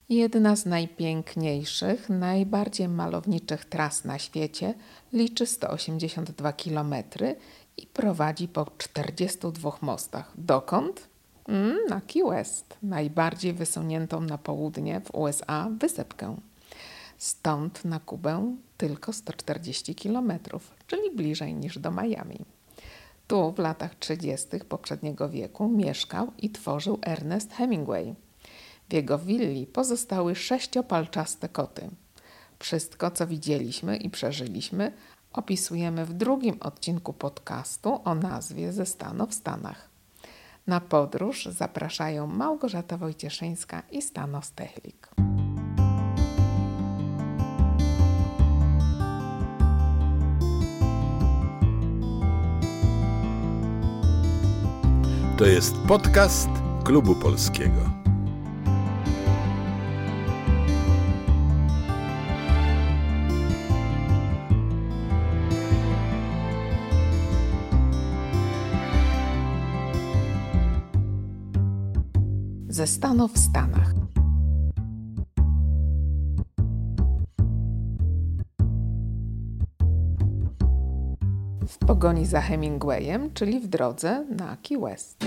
Jedna z najpiękniejszych, najbardziej malowniczych tras na świecie, liczy 182 km i prowadzi po 42 mostach. Dokąd? Na Key West, najbardziej wysuniętą na południe w USA wysepkę. Stąd na Kubę tylko 140 km, czyli bliżej niż do Miami. Tu w latach 30. poprzedniego wieku mieszkał i tworzył Ernest Hemingway. W jego willi pozostały 6-palczaste koty. Wszystko, co widzieliśmy i przeżyliśmy, opisujemy w drugim odcinku podcastu o nazwie Ze Stano w Stanach. Na podróż zapraszają Małgorzata Wojcieszyńska i Stano Stechlik. To jest podcast Klubu Polskiego. Ze Stano w Stanach. W pogoni za Hemingwayem, czyli w drodze na Key West.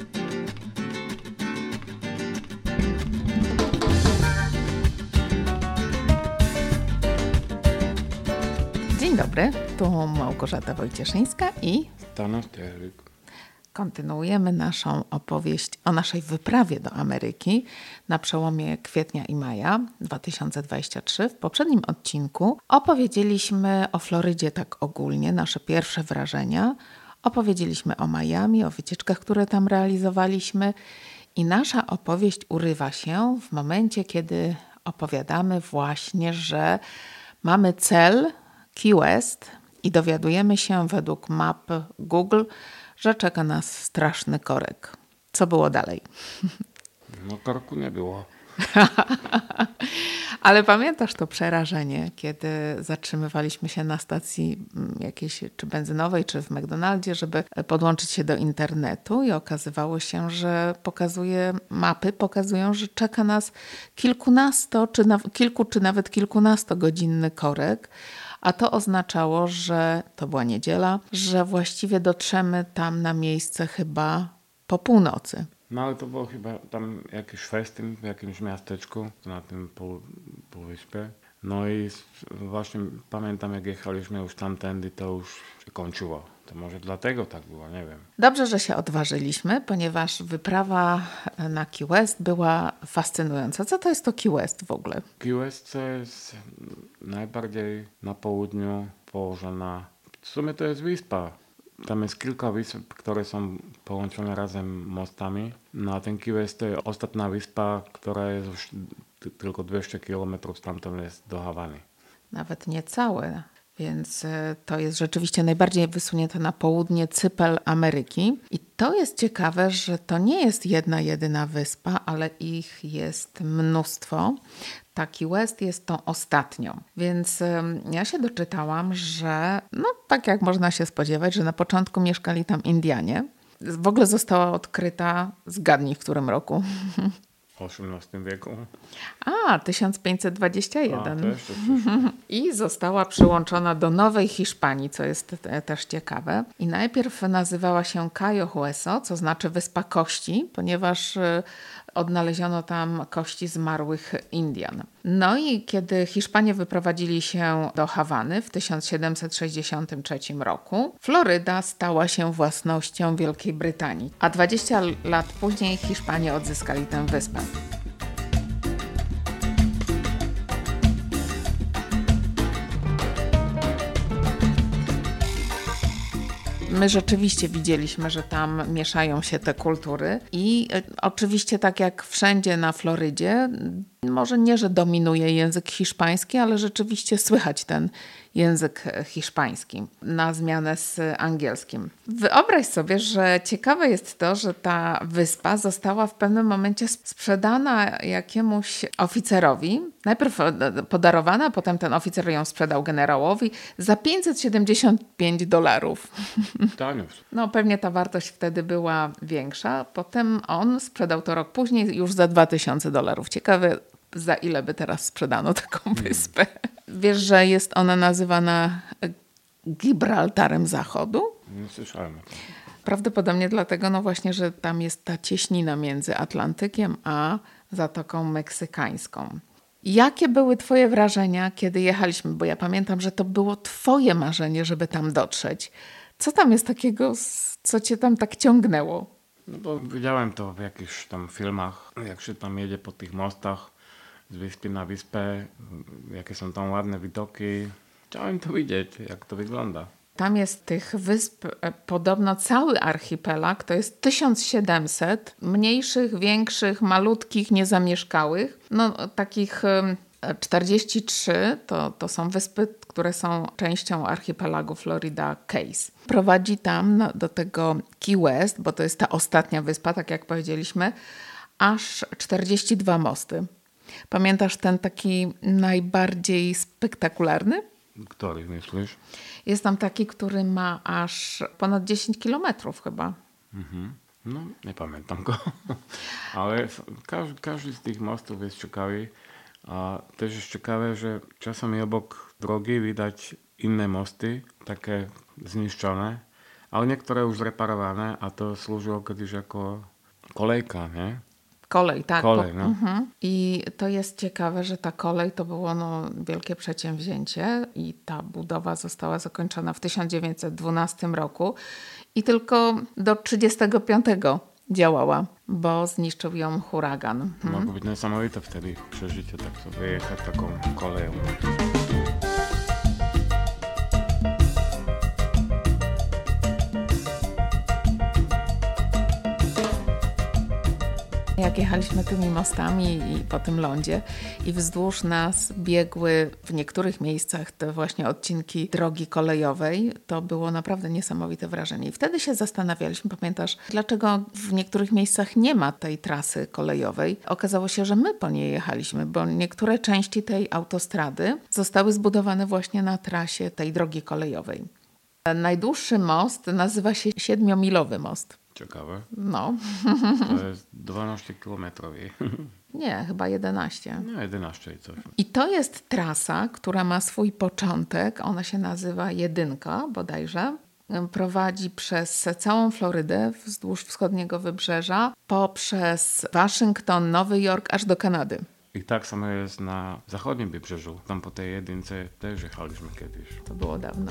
Dzień dobry, tu Małgorzata Wojcieszyńska i Stano Stechlik. Kontynuujemy naszą opowieść o naszej wyprawie do Ameryki na przełomie kwietnia i maja 2023. W poprzednim odcinku opowiedzieliśmy o Florydzie tak ogólnie, nasze pierwsze wrażenia. Opowiedzieliśmy o Miami, o wycieczkach, które tam realizowaliśmy i nasza opowieść urywa się w momencie, kiedy opowiadamy właśnie, że mamy cel Key West i dowiadujemy się według map Google, że czeka nas straszny korek. Co było dalej? No korku nie było. Ale pamiętasz to przerażenie, kiedy zatrzymywaliśmy się na stacji jakiejś czy benzynowej, czy w McDonaldzie, żeby podłączyć się do internetu i okazywało się, że mapy pokazują, że czeka nas kilku czy nawet kilkunastogodzinny korek. A to oznaczało, że to była niedziela, że właściwie dotrzemy tam na miejsce chyba po północy. No ale to było chyba tam jakiś festyn w jakimś miasteczku na tym półwyspie. No i właśnie pamiętam, jak jechaliśmy już tamtędy, to już się kończyło. To może dlatego tak było, nie wiem. Dobrze, że się odważyliśmy, ponieważ wyprawa na Key West była fascynująca. Co to jest to Key West w ogóle? Key West to jest najbardziej na południu położona. W sumie to jest wyspa. Tam jest kilka wysp, które są połączone razem mostami. No a ten Key West to jest ostatnia wyspa, która jest już tylko 200 km stamtąd jest do Hawany. Nawet niecałe. Więc to jest rzeczywiście najbardziej wysunięta na południe cypel Ameryki. I to jest ciekawe, że to nie jest jedna jedyna wyspa, ale ich jest mnóstwo. Taki West jest tą ostatnią. Więc ja się doczytałam, że tak jak można się spodziewać, że na początku mieszkali tam Indianie. W ogóle została odkryta, zgadnij w którym roku? W XVIII wieku. 1521. Też. I została przyłączona do Nowej Hiszpanii, co jest też ciekawe. I najpierw nazywała się Cayo Hueso, co znaczy Wyspa Kości, ponieważ odnaleziono tam kości zmarłych Indian. No i kiedy Hiszpanie wyprowadzili się do Hawany w 1763 roku, Floryda stała się własnością Wielkiej Brytanii, a 20 lat później Hiszpanie odzyskali tę wyspę. My rzeczywiście widzieliśmy, że tam mieszają się te kultury i oczywiście tak jak wszędzie na Florydzie, może nie, że dominuje język hiszpański, ale rzeczywiście słychać ten język hiszpański na zmianę z angielskim. Wyobraź sobie, że ciekawe jest to, że ta wyspa została w pewnym momencie sprzedana jakiemuś oficerowi. Najpierw podarowana, a potem ten oficer ją sprzedał generałowi za $575. Tanius. No pewnie ta wartość wtedy była większa. Potem on sprzedał to rok później już za $2000. Ciekawe za ile by teraz sprzedano taką wyspę. Wiesz, że jest ona nazywana Gibraltarem Zachodu? Nie słyszałem o tym. Prawdopodobnie dlatego, no właśnie, że tam jest ta cieśnina między Atlantykiem a Zatoką Meksykańską. Jakie były twoje wrażenia, kiedy jechaliśmy? Bo ja pamiętam, że to było twoje marzenie, żeby tam dotrzeć. Co tam jest takiego, co cię tam tak ciągnęło? No bo widziałem to w jakichś tam filmach, jak się tam jedzie po tych mostach z wyspy na wyspę, jakie są tam ładne widoki. Chciałem to widzieć, jak to wygląda. Tam jest tych wysp podobno cały archipelag, to jest 1700 mniejszych, większych, malutkich, niezamieszkałych. No takich 43 to są wyspy, które są częścią archipelagu Florida Keys. Prowadzi tam do tego Key West, bo to jest ta ostatnia wyspa, tak jak powiedzieliśmy, aż 42 mosty. Pamiętasz ten taki najbardziej spektakularny? Który myślisz? Jest tam taki, który ma aż ponad 10 kilometrów chyba. No, nie pamiętam go. Ale każdy z tych mostów jest ciekawy. A też jest ciekawe, że czasami obok drogi widać inne mosty, takie zniszczone, ale niektóre już zreparowane, a to służyło kiedyś jako kolejka, nie? Kolej, tak. Kolej, no. I to jest ciekawe, że ta kolej to było wielkie przedsięwzięcie i ta budowa została zakończona w 1912 roku i tylko do 1935 działała, bo zniszczył ją huragan. Mogło być niesamowite wtedy przeżycie, tak sobie jechać taką koleją. Jak jechaliśmy tymi mostami i po tym lądzie i wzdłuż nas biegły w niektórych miejscach te właśnie odcinki drogi kolejowej, to było naprawdę niesamowite wrażenie. I wtedy się zastanawialiśmy, pamiętasz, dlaczego w niektórych miejscach nie ma tej trasy kolejowej. Okazało się, że my po niej jechaliśmy, bo niektóre części tej autostrady zostały zbudowane właśnie na trasie tej drogi kolejowej. Najdłuższy most nazywa się 7-milowy most. Ciekawe. No. To jest 12 kilometrów. Nie, chyba 11. No 11 i coś. I to jest trasa, która ma swój początek. Ona się nazywa Jedynka bodajże. Prowadzi przez całą Florydę wzdłuż wschodniego wybrzeża, poprzez Waszyngton, Nowy Jork, aż do Kanady. I tak samo jest na zachodnim wybrzeżu. Tam po tej jedynce też jechaliśmy kiedyś. To było dawno.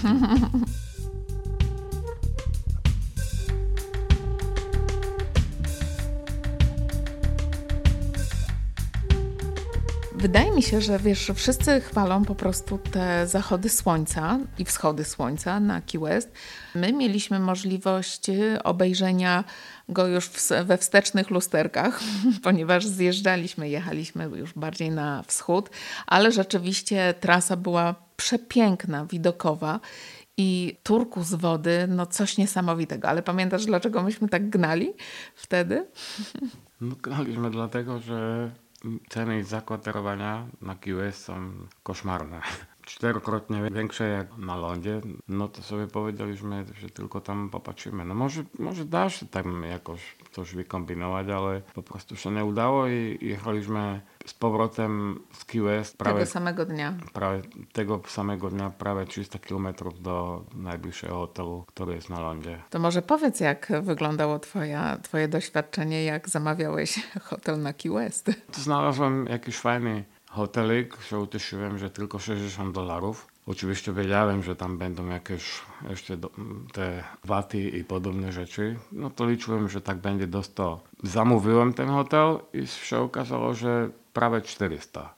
Wydaje mi się, że wiesz, wszyscy chwalą po prostu te zachody słońca i wschody słońca na Key West. My mieliśmy możliwość obejrzenia go już we wstecznych lusterkach, ponieważ jechaliśmy już bardziej na wschód, ale rzeczywiście trasa była przepiękna, widokowa i turkus wody, no coś niesamowitego. Ale pamiętasz, dlaczego myśmy tak gnali wtedy? No graliśmy dlatego, że ceny zakwaterowania na Key West są koszmarne. 4-krotnie większe jak na lądzie. No to sobie powiedzieliśmy, że tylko tam popatrzymy. No może da się tam jakoś coś wykombinować, ale po prostu się nie udało i jechaliśmy z powrotem z Key West Tego samego dnia. Tego samego dnia prawie 300 km do najbliższego hotelu, który jest na lądzie. To może powiedz, jak wyglądało twoje doświadczenie, jak zamawiałeś hotel na Key West. To znalazłem jakiś fajny hotelik, się ucieszyłem, że tylko $60. Oczywiście wiedziałem, że tam będą jakieś jeszcze te waty i podobne rzeczy. No to liczyłem, że tak będzie do 100. Zamówiłem ten hotel i się okazało, że prawie 400.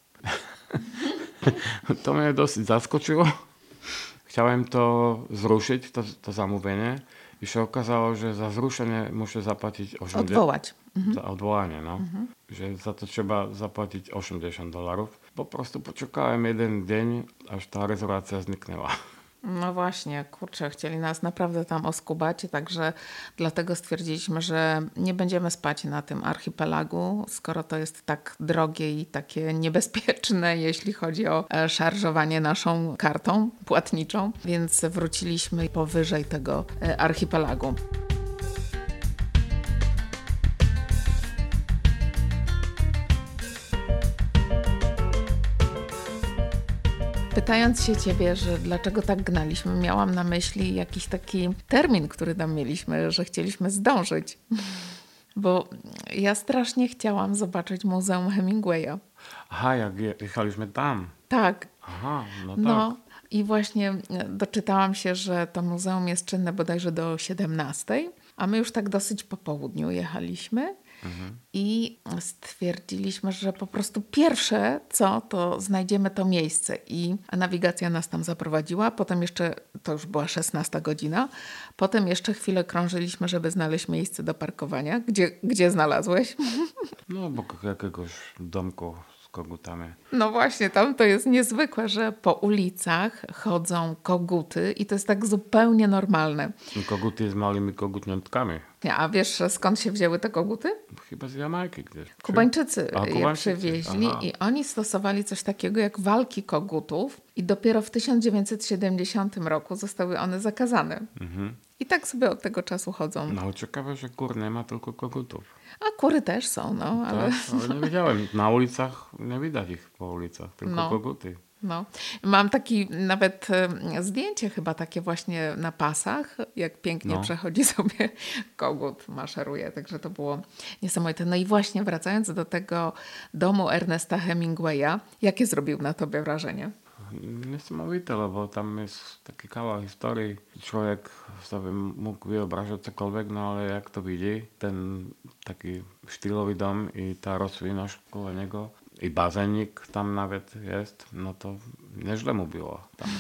To mnie dosyć zaskoczyło. Chciałem to zruszyć, to zamówienie. I się okazało, że za zruszenie muszę zapłacić 80. Odwołać. Za odwołanie, no. Że za to trzeba zapłacić $80. Po prostu poczekałem jeden dzień, aż ta rezerwacja zniknęła. No właśnie, kurczę, chcieli nas naprawdę tam oskubać, także dlatego stwierdziliśmy, że nie będziemy spać na tym archipelagu, skoro to jest tak drogie i takie niebezpieczne, jeśli chodzi o szarżowanie naszą kartą płatniczą, więc wróciliśmy powyżej tego archipelagu. Pytając się ciebie, że dlaczego tak gnaliśmy, miałam na myśli jakiś taki termin, który tam mieliśmy, że chcieliśmy zdążyć. Bo ja strasznie chciałam zobaczyć Muzeum Hemingwaya. Aha, jak jechaliśmy tam. Tak, Aha, no no tak. i właśnie doczytałam się, że to muzeum jest czynne bodajże do 17, a my już tak dosyć po południu jechaliśmy. I stwierdziliśmy, że po prostu pierwsze co, to znajdziemy to miejsce i nawigacja nas tam zaprowadziła. Potem jeszcze, to już była 16 godzina, potem jeszcze chwilę krążyliśmy, żeby znaleźć miejsce do parkowania. Gdzie znalazłeś? No, obok jakiegoś domku z kogutami. No właśnie, tam to jest niezwykłe, że po ulicach chodzą koguty i to jest tak zupełnie normalne. I koguty z małymi kogutniątkami. A wiesz, skąd się wzięły te koguty? Chyba z Jamajki gdzieś. Kubańczycy A, je Kubańczycy. przywieźli Aha. i oni stosowali coś takiego jak walki kogutów i dopiero w 1970 roku zostały one zakazane. I tak sobie od tego czasu chodzą. No ciekawe, że kur nie ma tylko kogutów. A kury też są, no, ale Tak, ale nie wiedziałem. Na ulicach nie widać ich po ulicach, tylko No. koguty. no. Mam taki nawet zdjęcie chyba takie właśnie na pasach, jak pięknie No. przechodzi sobie kogut, maszeruje, także to było niesamowite. No i właśnie wracając do tego domu Ernesta Hemingwaya, jakie zrobił na tobie wrażenie? Niesamowite, no bo tam jest taki kawał historii. Człowiek sobie mógł wyobrazić cokolwiek, no ale jak to widzi, ten taki stylowy dom i ta roślinność koło niego i bazenik tam nawet jest, no to nieźle mu było tam.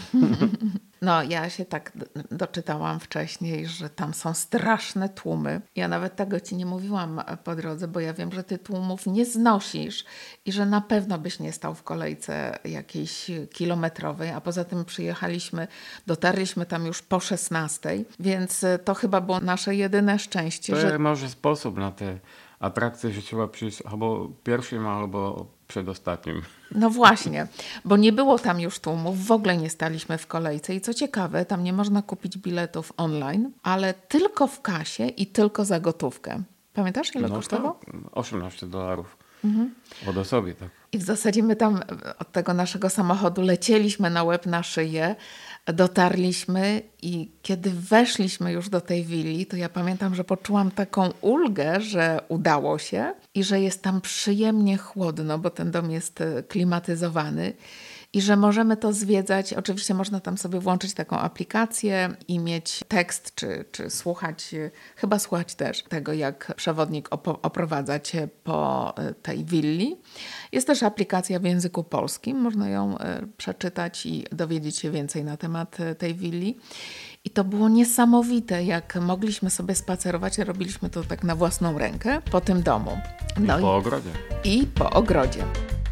No, ja się tak doczytałam wcześniej, że tam są straszne tłumy. Ja nawet tego ci nie mówiłam po drodze, bo ja wiem, że ty tłumów nie znosisz i że na pewno byś nie stał w kolejce jakiejś kilometrowej, a poza tym dotarliśmy tam już po 16, więc to chyba było nasze jedyne szczęście, To że jest może sposób na te atrakcje, że trzeba przyjść albo pierwszym, albo przedostatnim. No właśnie, bo nie było tam już tłumów, w ogóle nie staliśmy w kolejce i co ciekawe, tam nie można kupić biletów online, ale tylko w kasie i tylko za gotówkę. Pamiętasz, ile kosztował? tak, $18 od osoby, tak. I w zasadzie my tam od tego naszego samochodu lecieliśmy na łeb na szyję, dotarliśmy i kiedy weszliśmy już do tej willi, to ja pamiętam, że poczułam taką ulgę, że udało się i że jest tam przyjemnie chłodno, bo ten dom jest klimatyzowany i że możemy to zwiedzać. Oczywiście można tam sobie włączyć taką aplikację i mieć tekst, czy słuchać, chyba słuchać też tego, jak przewodnik oprowadza cię po tej willi. Jest też aplikacja w języku polskim, można ją przeczytać i dowiedzieć się więcej na temat tej willi. I to było niesamowite, jak mogliśmy sobie spacerować, robiliśmy to tak na własną rękę po tym domu. I po ogrodzie. I po ogrodzie.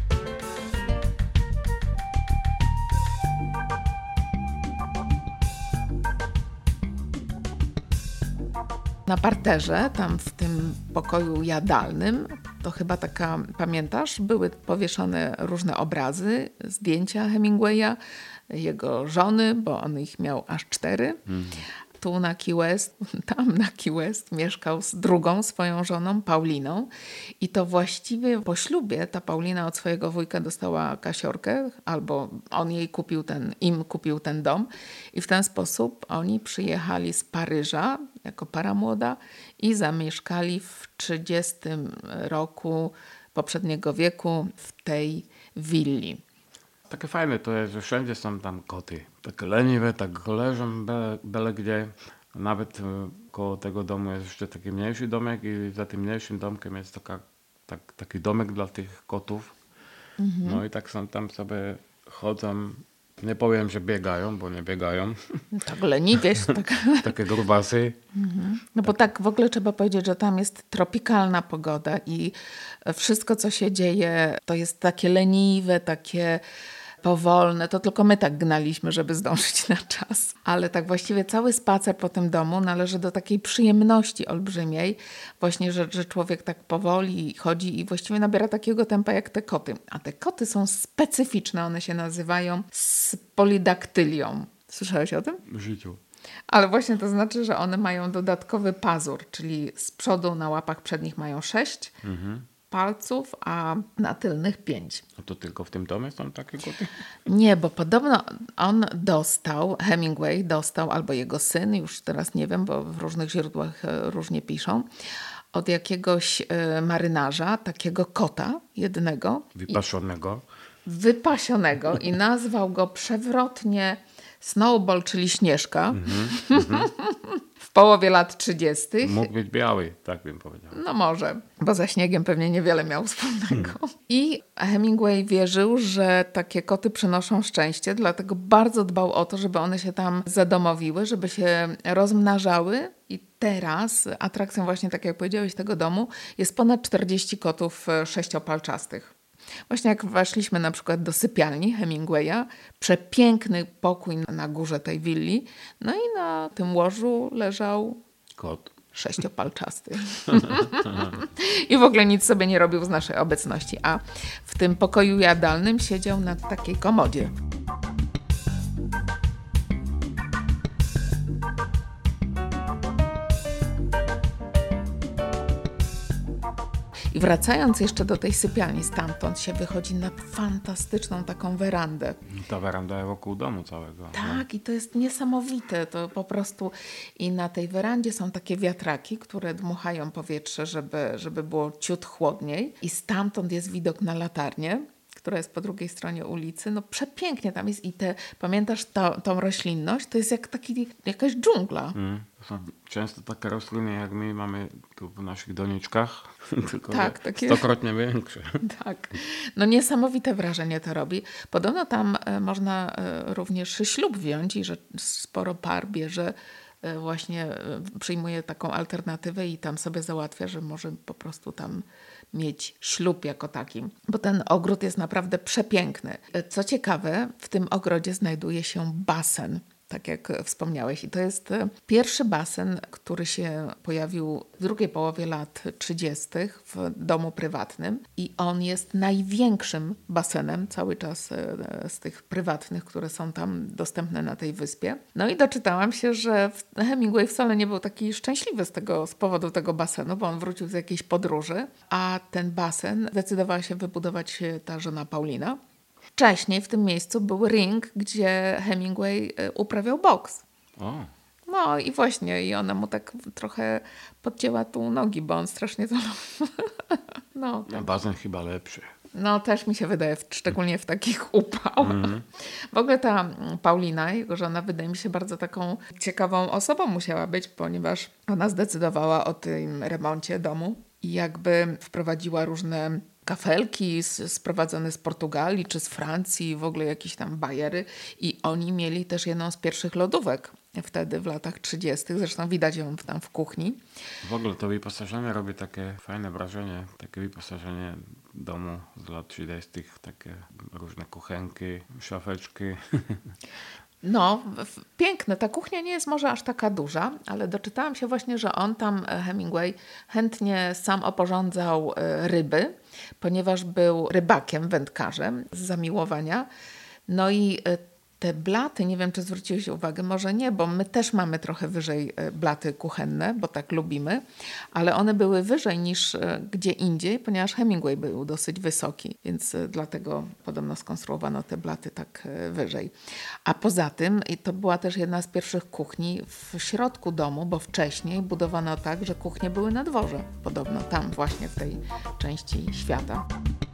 Na parterze, tam w tym pokoju jadalnym, to chyba taka, pamiętasz, były powieszone różne obrazy, zdjęcia Hemingwaya, jego żony, bo on ich miał aż 4. Tu na Key West, tam na Key West mieszkał z drugą swoją żoną, Pauliną. I to właściwie po ślubie ta Paulina od swojego wujka dostała kasiorkę, albo on im kupił ten dom. I w ten sposób oni przyjechali z Paryża jako para młoda i zamieszkali w 30 roku poprzedniego wieku w tej willi. Takie fajne to jest, że wszędzie są tam koty. Takie leniwe, tak leżą byle gdzie. Nawet koło tego domu jest jeszcze taki mniejszy domek i za tym mniejszym domkiem jest taki domek dla tych kotów. No i tak są tam sobie chodzą. Nie powiem, że biegają, bo nie biegają. Tak leniwie się tak... Takie grubasy. No bo tak w ogóle trzeba powiedzieć, że tam jest tropikalna pogoda i wszystko, co się dzieje, to jest takie leniwe, takie powolne. To tylko my tak gnaliśmy, żeby zdążyć na czas. Ale tak właściwie cały spacer po tym domu należy do takiej przyjemności olbrzymiej. Właśnie, że człowiek tak powoli chodzi i właściwie nabiera takiego tempa jak te koty. A te koty są specyficzne. One się nazywają spolidaktylią. Słyszałeś o tym? W życiu. Ale właśnie to znaczy, że one mają dodatkowy pazur, czyli z przodu na łapach przednich mają 6, palców, a na tylnych 5. A to tylko w tym domie są takie koty? Nie, bo podobno Hemingway dostał, albo jego syn, już teraz nie wiem, bo w różnych źródłach różnie piszą, od jakiegoś marynarza takiego kota jednego. Wypasionego i nazwał go przewrotnie Snowball, czyli Śnieżka. W połowie lat 30. Mógł być biały, tak bym powiedział. No może, bo ze śniegiem pewnie niewiele miał wspólnego. I Hemingway wierzył, że takie koty przynoszą szczęście, dlatego bardzo dbał o to, żeby one się tam zadomowiły, żeby się rozmnażały. I teraz atrakcją właśnie, tak jak powiedziałeś, tego domu jest ponad 40 kotów sześciopalczastych. Właśnie jak weszliśmy na przykład do sypialni Hemingwaya, przepiękny pokój na górze tej willi, no i na tym łożu leżał kot sześciopalczasty. I w ogóle nic sobie nie robił z naszej obecności, a w tym pokoju jadalnym siedział na takiej komodzie. I wracając jeszcze do tej sypialni, stamtąd się wychodzi na fantastyczną taką werandę. Ta weranda wokół domu całego. Tak, i to jest niesamowite. To po prostu i na tej werandzie są takie wiatraki, które dmuchają powietrze, żeby było ciut chłodniej. I stamtąd jest widok na latarnię, która jest po drugiej stronie ulicy. No przepięknie tam jest i pamiętasz tą roślinność? To jest jak jakaś dżungla. To są często takie rośliny, jak my mamy tu w naszych doniczkach, tylko tak, takie 100-krotnie większe. Tak. No niesamowite wrażenie to robi. Podobno tam można również ślub wziąć i że sporo par bierze właśnie przyjmuje taką alternatywę i tam sobie załatwia, że może po prostu tam mieć ślub jako taki. Bo ten ogród jest naprawdę przepiękny. Co ciekawe, w tym ogrodzie znajduje się basen, tak jak wspomniałeś. I to jest pierwszy basen, który się pojawił w drugiej połowie lat 30. w domu prywatnym. I on jest największym basenem cały czas z tych prywatnych, które są tam dostępne na tej wyspie. No i doczytałam się, że Hemingway wcale nie był taki szczęśliwy z powodu tego basenu, bo on wrócił z jakiejś podróży, a ten basen zdecydowała się wybudować ta żona Paulina. Wcześniej w tym miejscu był ring, gdzie Hemingway uprawiał boks. O. No i właśnie, i ona mu tak trochę podcięła tu nogi, bo on strasznie to... No, tak. Basen chyba lepszy. No też mi się wydaje, szczególnie w takich upałach. W ogóle ta Paulina, jego żona, wydaje mi się bardzo taką ciekawą osobą musiała być, ponieważ ona zdecydowała o tym remoncie domu i jakby wprowadziła różne kafelki sprowadzone z Portugalii czy z Francji, w ogóle jakieś tam bajery i oni mieli też jedną z pierwszych lodówek wtedy w latach 30. Zresztą widać ją tam w kuchni. W ogóle to wyposażenie robi takie fajne wrażenie, takie wyposażenie domu z lat 30. Takie różne kuchenki, szafeczki. No, piękne. Ta kuchnia nie jest może aż taka duża, ale doczytałam się właśnie, że on tam, Hemingway, chętnie sam oporządzał ryby, ponieważ był rybakiem, wędkarzem z zamiłowania. No i te blaty, nie wiem, czy zwróciłeś uwagę, może nie, bo my też mamy trochę wyżej blaty kuchenne, bo tak lubimy, ale one były wyżej niż gdzie indziej, ponieważ Hemingway był dosyć wysoki, więc dlatego podobno skonstruowano te blaty tak wyżej. A poza tym to była też jedna z pierwszych kuchni w środku domu, bo wcześniej budowano tak, że kuchnie były na dworze, podobno tam właśnie w tej części świata.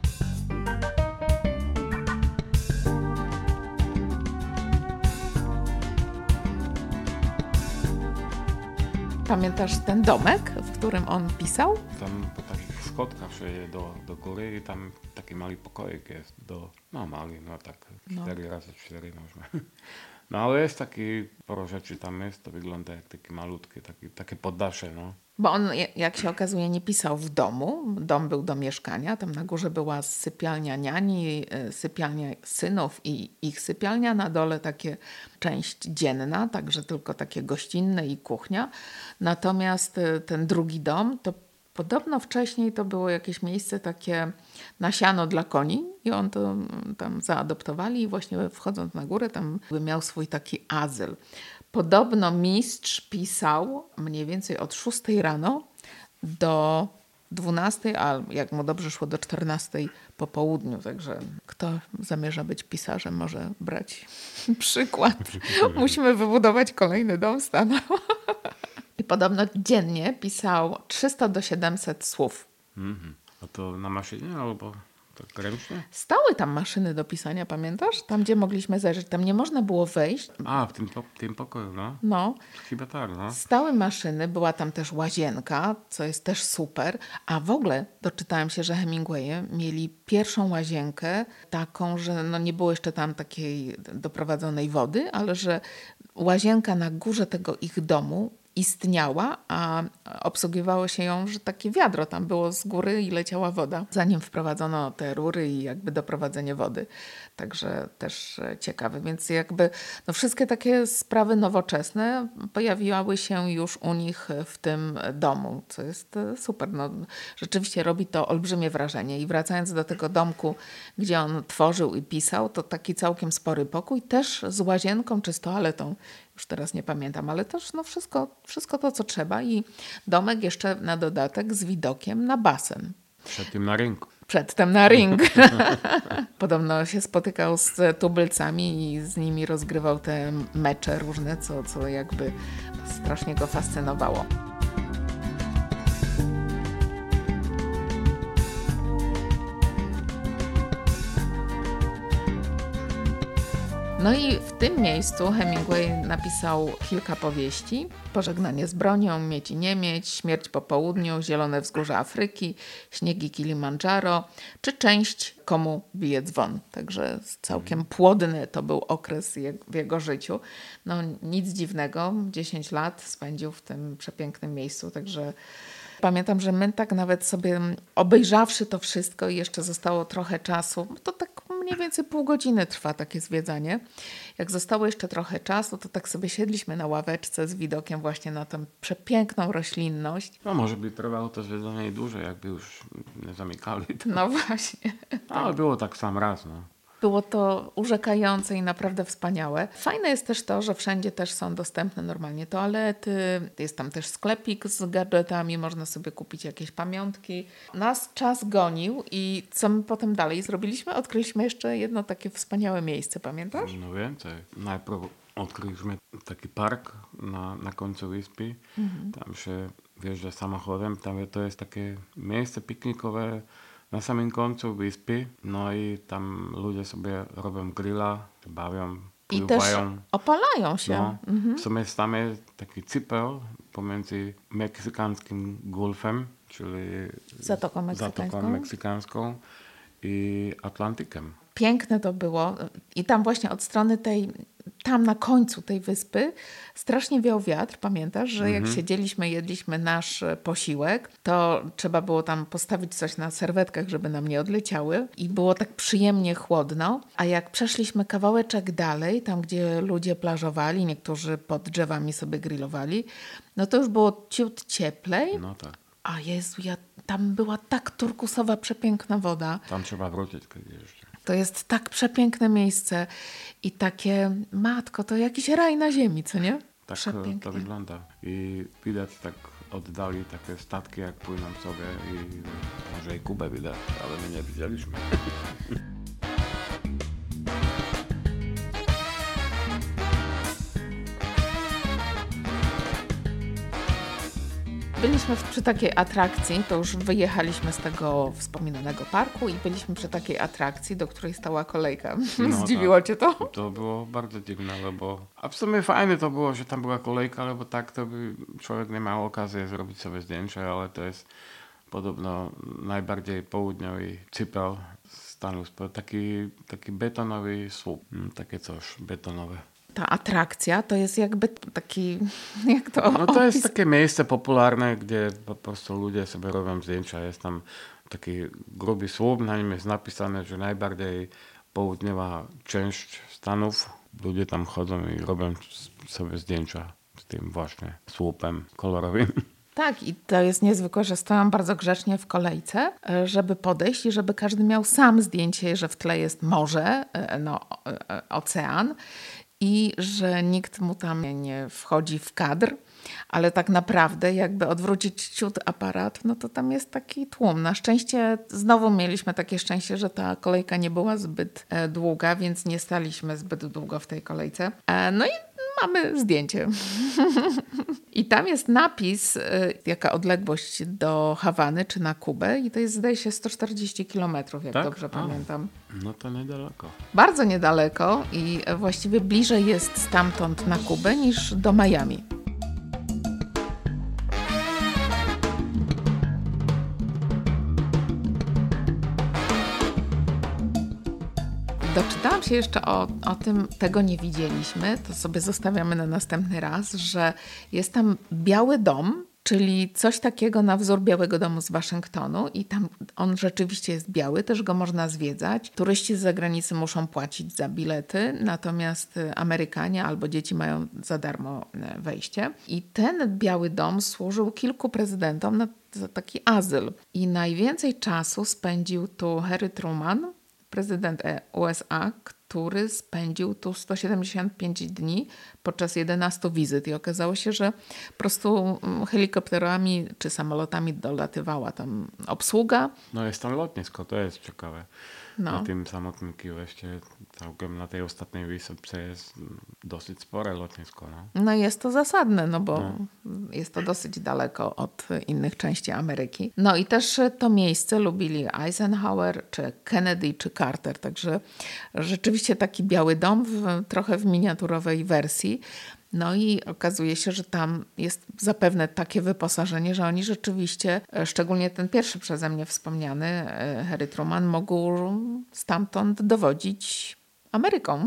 Pamiętasz ten domek, w którym on pisał? Tam po takich schodkach się do góry i tam taki mały pokoik jest. Mały, tak 4x4 można. No ale jest taki, sporo rzeczy tam jest, to wygląda jak taki malutki, takie poddasze, no. Bo on, jak się okazuje, nie pisał w domu. Dom był do mieszkania. Tam na górze była sypialnia niani, sypialnia synów i ich sypialnia. Na dole takie część dzienna, także tylko takie gościnne i kuchnia. Natomiast ten drugi dom, to podobno wcześniej to było jakieś miejsce takie na siano dla koni i on to tam zaadoptowali i właśnie wchodząc na górę tam miał swój taki azyl. Podobno mistrz pisał mniej więcej od 6 rano do 12, a jak mu dobrze szło do 14 po południu. Także kto zamierza być pisarzem, może brać przykład. Musimy wybudować kolejny dom stanął. I podobno dziennie pisał 300 do 700 słów. A to na maszynie albo tak ręcznie? Stały tam maszyny do pisania, pamiętasz? Tam, gdzie mogliśmy zajrzeć. Tam nie można było wejść. A, w tym pokoju, no. No. Chyba tak, no. Stały maszyny, była tam też łazienka, co jest też super. A w ogóle doczytałem się, że Hemingwaye mieli pierwszą łazienkę taką, że no nie było jeszcze tam takiej doprowadzonej wody, ale że łazienka na górze tego ich domu istniała, a obsługiwało się ją, że takie wiadro tam było z góry i leciała woda, zanim wprowadzono te rury i jakby doprowadzenie wody. Także też ciekawe. Więc jakby no wszystkie takie sprawy nowoczesne pojawiały się już u nich w tym domu, co jest super. No, rzeczywiście robi to olbrzymie wrażenie. I wracając do tego domku, gdzie on tworzył i pisał, to taki całkiem spory pokój, też z łazienką czy z toaletą. Już teraz nie pamiętam, ale też no wszystko to, co trzeba. I domek jeszcze na dodatek z widokiem na basen. Przedtem na rynku. Przedtem na ring. Podobno się spotykał z tubylcami i z nimi rozgrywał te mecze różne, co jakby strasznie go fascynowało. No i w tym miejscu Hemingway napisał kilka powieści. Pożegnanie z bronią, Mieć i nie mieć, Śmierć po południu, Zielone wzgórza Afryki, Śniegi Kilimandżaro, czy część Komu bije dzwon. Także całkiem płodny to był okres w jego życiu. No nic dziwnego, 10 lat spędził w tym przepięknym miejscu, także pamiętam, że my tak nawet sobie obejrzawszy to wszystko i jeszcze zostało trochę czasu, to tak mniej więcej pół godziny trwa takie zwiedzanie. Jak zostało jeszcze trochę czasu, to tak sobie siedliśmy na ławeczce z widokiem właśnie na tę przepiękną roślinność. No może by trwało to zwiedzanie dłużej, jakby już nie zamykali. No właśnie. Ale było tak sam raz, no. Było to urzekające i naprawdę wspaniałe. Fajne jest też to, że wszędzie też są dostępne normalnie toalety, jest tam też sklepik z gadżetami, można sobie kupić jakieś pamiątki. Nas czas gonił i co my potem dalej zrobiliśmy? Odkryliśmy jeszcze jedno takie wspaniałe miejsce, pamiętasz? No więcej. Najpierw odkryliśmy taki park na końcu wyspy. Tam się wjeżdża samochodem. Tam to jest takie miejsce piknikowe na samym końcu wyspy. No i tam ludzie sobie robią grilla, bawią, I też pływają. opalają się. No, w sumie jest tam taki cypel pomiędzy Meksykańskim Golfem, czyli Zatoką Meksykańską i Atlantykiem. Piękne to było i tam właśnie od strony tam na końcu tej wyspy strasznie wiał wiatr. Pamiętasz, że jak siedzieliśmy, jedliśmy nasz posiłek, to trzeba było tam postawić coś na serwetkach, żeby nam nie odleciały i było tak przyjemnie chłodno. A jak przeszliśmy kawałeczek dalej, tam gdzie ludzie plażowali, niektórzy pod drzewami sobie grillowali, no to już było ciut cieplej. No tak. A Jezu, tam była tak turkusowa, przepiękna woda. Tam trzeba wrócić kiedyś jeszcze. To jest tak przepiękne miejsce i takie, matko, to jakiś raj na ziemi, co nie? Tak Przepięknie. to wygląda. I widać tak oddali takie statki, jak płyną sobie i może i Kubę widać, ale my nie widzieliśmy. Byliśmy przy takiej atrakcji, to już wyjechaliśmy z tego wspominanego parku i byliśmy przy takiej atrakcji, do której stała kolejka. No Zdziwiło tak. cię to? To było bardzo dziwne, a w sumie fajne to było, że tam była kolejka, ale bo tak to by człowiek nie miał okazji zrobić sobie zdjęcia, ale to jest podobno najbardziej południowy cypel Stanów, taki betonowy słup, takie coś betonowe. Ta atrakcja to jest jakby taki, jak to No to jest takie miejsce popularne, gdzie po prostu ludzie sobie robią zdjęcia. Jest tam taki gruby słup, na nim jest napisane, że najbardziej południowa część Stanów. Ludzie tam chodzą i robią sobie zdjęcia z tym właśnie słupem kolorowym. Tak, i to jest niezwykłe, że stoją bardzo grzecznie w kolejce, żeby podejść i żeby każdy miał sam zdjęcie, że w tle jest morze, ocean i że nikt mu tam nie wchodzi w kadr. ale tak naprawdę jakby odwrócić ciut aparat, no to tam jest taki tłum. Na szczęście znowu mieliśmy takie szczęście, że ta kolejka nie była zbyt długa, więc nie staliśmy zbyt długo w tej kolejce. No i mamy zdjęcie. I tam jest napis, jaka odległość do Hawany czy na Kubę i to jest, zdaje się, 140 kilometrów, jak Tak? dobrze pamiętam. No to niedaleko. Bardzo niedaleko i właściwie bliżej jest stamtąd na Kubę niż do Miami. Doczytałam się jeszcze o tym, tego nie widzieliśmy, to sobie zostawiamy na następny raz, że jest tam Biały Dom, czyli coś takiego na wzór Białego Domu z Waszyngtonu i tam on rzeczywiście jest biały, też go można zwiedzać. Turyści z zagranicy muszą płacić za bilety, natomiast Amerykanie albo dzieci mają za darmo wejście. I ten Biały Dom służył kilku prezydentom za taki azyl. I najwięcej czasu spędził tu Harry Truman, prezydent USA, który spędził tu 175 dni podczas 11 wizyt i okazało się, że po prostu helikopterami czy samolotami dolatywała tam obsługa. No jest tam lotnisko, to jest ciekawe. No. Na tym samotnym Key Westie, całkiem na tej ostatniej wysepce jest dosyć spore lotnisko. No jest to zasadne, no bo jest to dosyć daleko od innych części Ameryki. No i też to miejsce lubili Eisenhower, czy Kennedy, czy Carter, także rzeczywiście taki Biały Dom trochę w miniaturowej wersji. No i okazuje się, że tam jest zapewne takie wyposażenie, że oni rzeczywiście, szczególnie ten pierwszy przeze mnie wspomniany, Harry Truman, mógł stamtąd dowodzić Ameryką.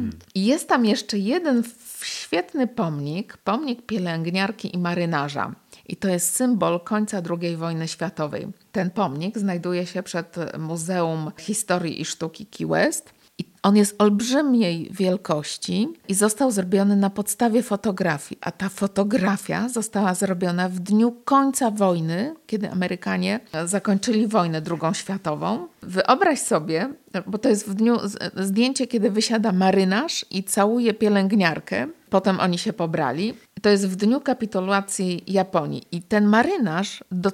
I jest tam jeszcze jeden świetny pomnik pielęgniarki i marynarza. I to jest symbol końca II wojny światowej. Ten pomnik znajduje się przed Muzeum Historii i Sztuki Key West. I on jest olbrzymiej wielkości i został zrobiony na podstawie fotografii, a ta fotografia została zrobiona w dniu końca wojny, kiedy Amerykanie zakończyli wojnę II światową. Wyobraź sobie, bo to jest w dniu zdjęcie, kiedy wysiada marynarz i całuje pielęgniarkę. Potem oni się pobrali. To jest w dniu kapitulacji Japonii. I ten marynarz do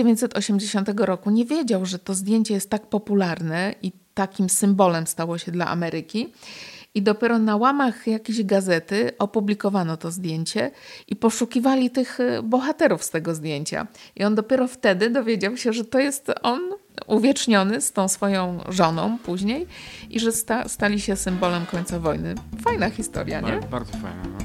1980 roku nie wiedział, że to zdjęcie jest tak popularne i takim symbolem stało się dla Ameryki. I dopiero na łamach jakiejś gazety opublikowano to zdjęcie i poszukiwali tych bohaterów z tego zdjęcia. I on dopiero wtedy dowiedział się, że to jest on uwieczniony z tą swoją żoną później i że stali się symbolem końca wojny. Fajna historia, nie? Bardzo fajna, no.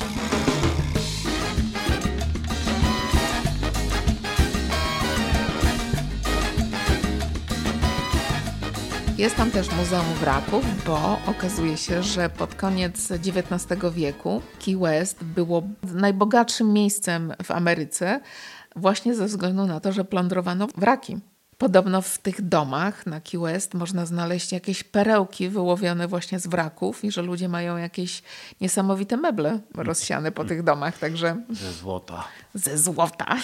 Jest tam też Muzeum Wraków, bo okazuje się, że pod koniec XIX wieku Key West było najbogatszym miejscem w Ameryce właśnie ze względu na to, że plądrowano wraki. Podobno w tych domach na Key West można znaleźć jakieś perełki wyłowione właśnie z wraków i że ludzie mają jakieś niesamowite meble rozsiane po tych domach, także... Ze złota. Ze złota.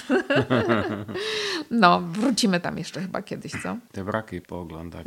No, wrócimy tam jeszcze chyba kiedyś, co? Te wraki pooglądać.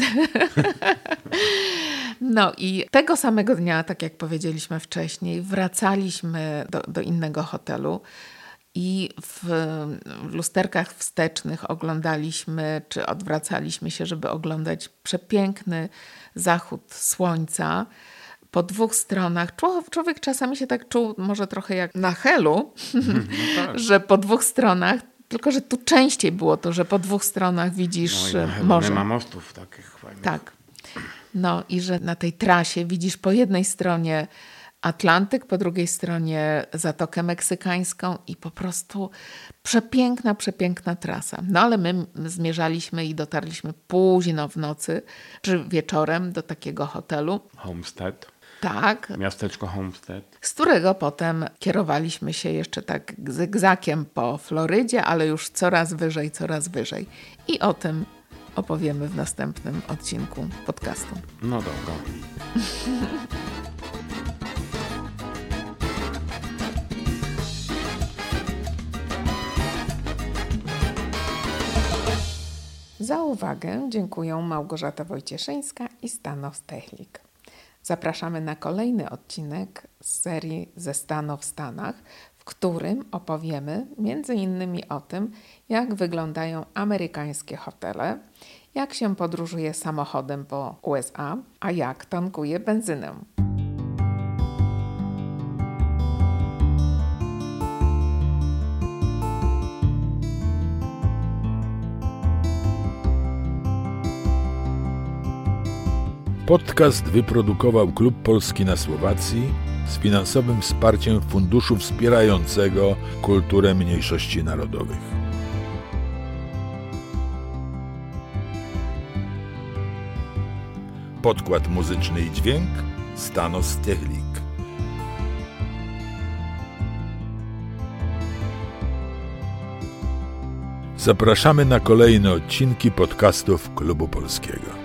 No i tego samego dnia, tak jak powiedzieliśmy wcześniej, wracaliśmy do innego hotelu. I w lusterkach wstecznych oglądaliśmy, czy odwracaliśmy się, żeby oglądać przepiękny zachód słońca. Po dwóch stronach, człowiek czasami się tak czuł, może trochę jak na Helu, No tak. że po dwóch stronach, tylko że tu częściej było to, że po dwóch stronach widzisz morze. Nie ma mostów takich fajnych. Tak. No i że na tej trasie widzisz po jednej stronie Atlantyk, po drugiej stronie Zatokę Meksykańską i po prostu przepiękna, przepiękna trasa. No ale my zmierzaliśmy i dotarliśmy późno w nocy czy wieczorem do takiego hotelu. Homestead. Tak, Miasteczko Homestead. z którego potem kierowaliśmy się jeszcze tak zygzakiem po Florydzie, ale już coraz wyżej, coraz wyżej. I o tym opowiemy w następnym odcinku podcastu. No dobra. Za uwagę dziękuję Małgorzata Wojcieszyńska i Stanow Techlik. Zapraszamy na kolejny odcinek z serii Ze Stano w Stanach, w w którym opowiemy m.in. o tym, jak wyglądają amerykańskie hotele, jak się podróżuje samochodem po USA, a jak tankuje benzynę. Podcast wyprodukował Klub Polski na Słowacji z finansowym wsparciem Funduszu Wspierającego Kulturę Mniejszości Narodowych. Podkład muzyczny i dźwięk Stanos Techlik. Zapraszamy na kolejne odcinki podcastów Klubu Polskiego.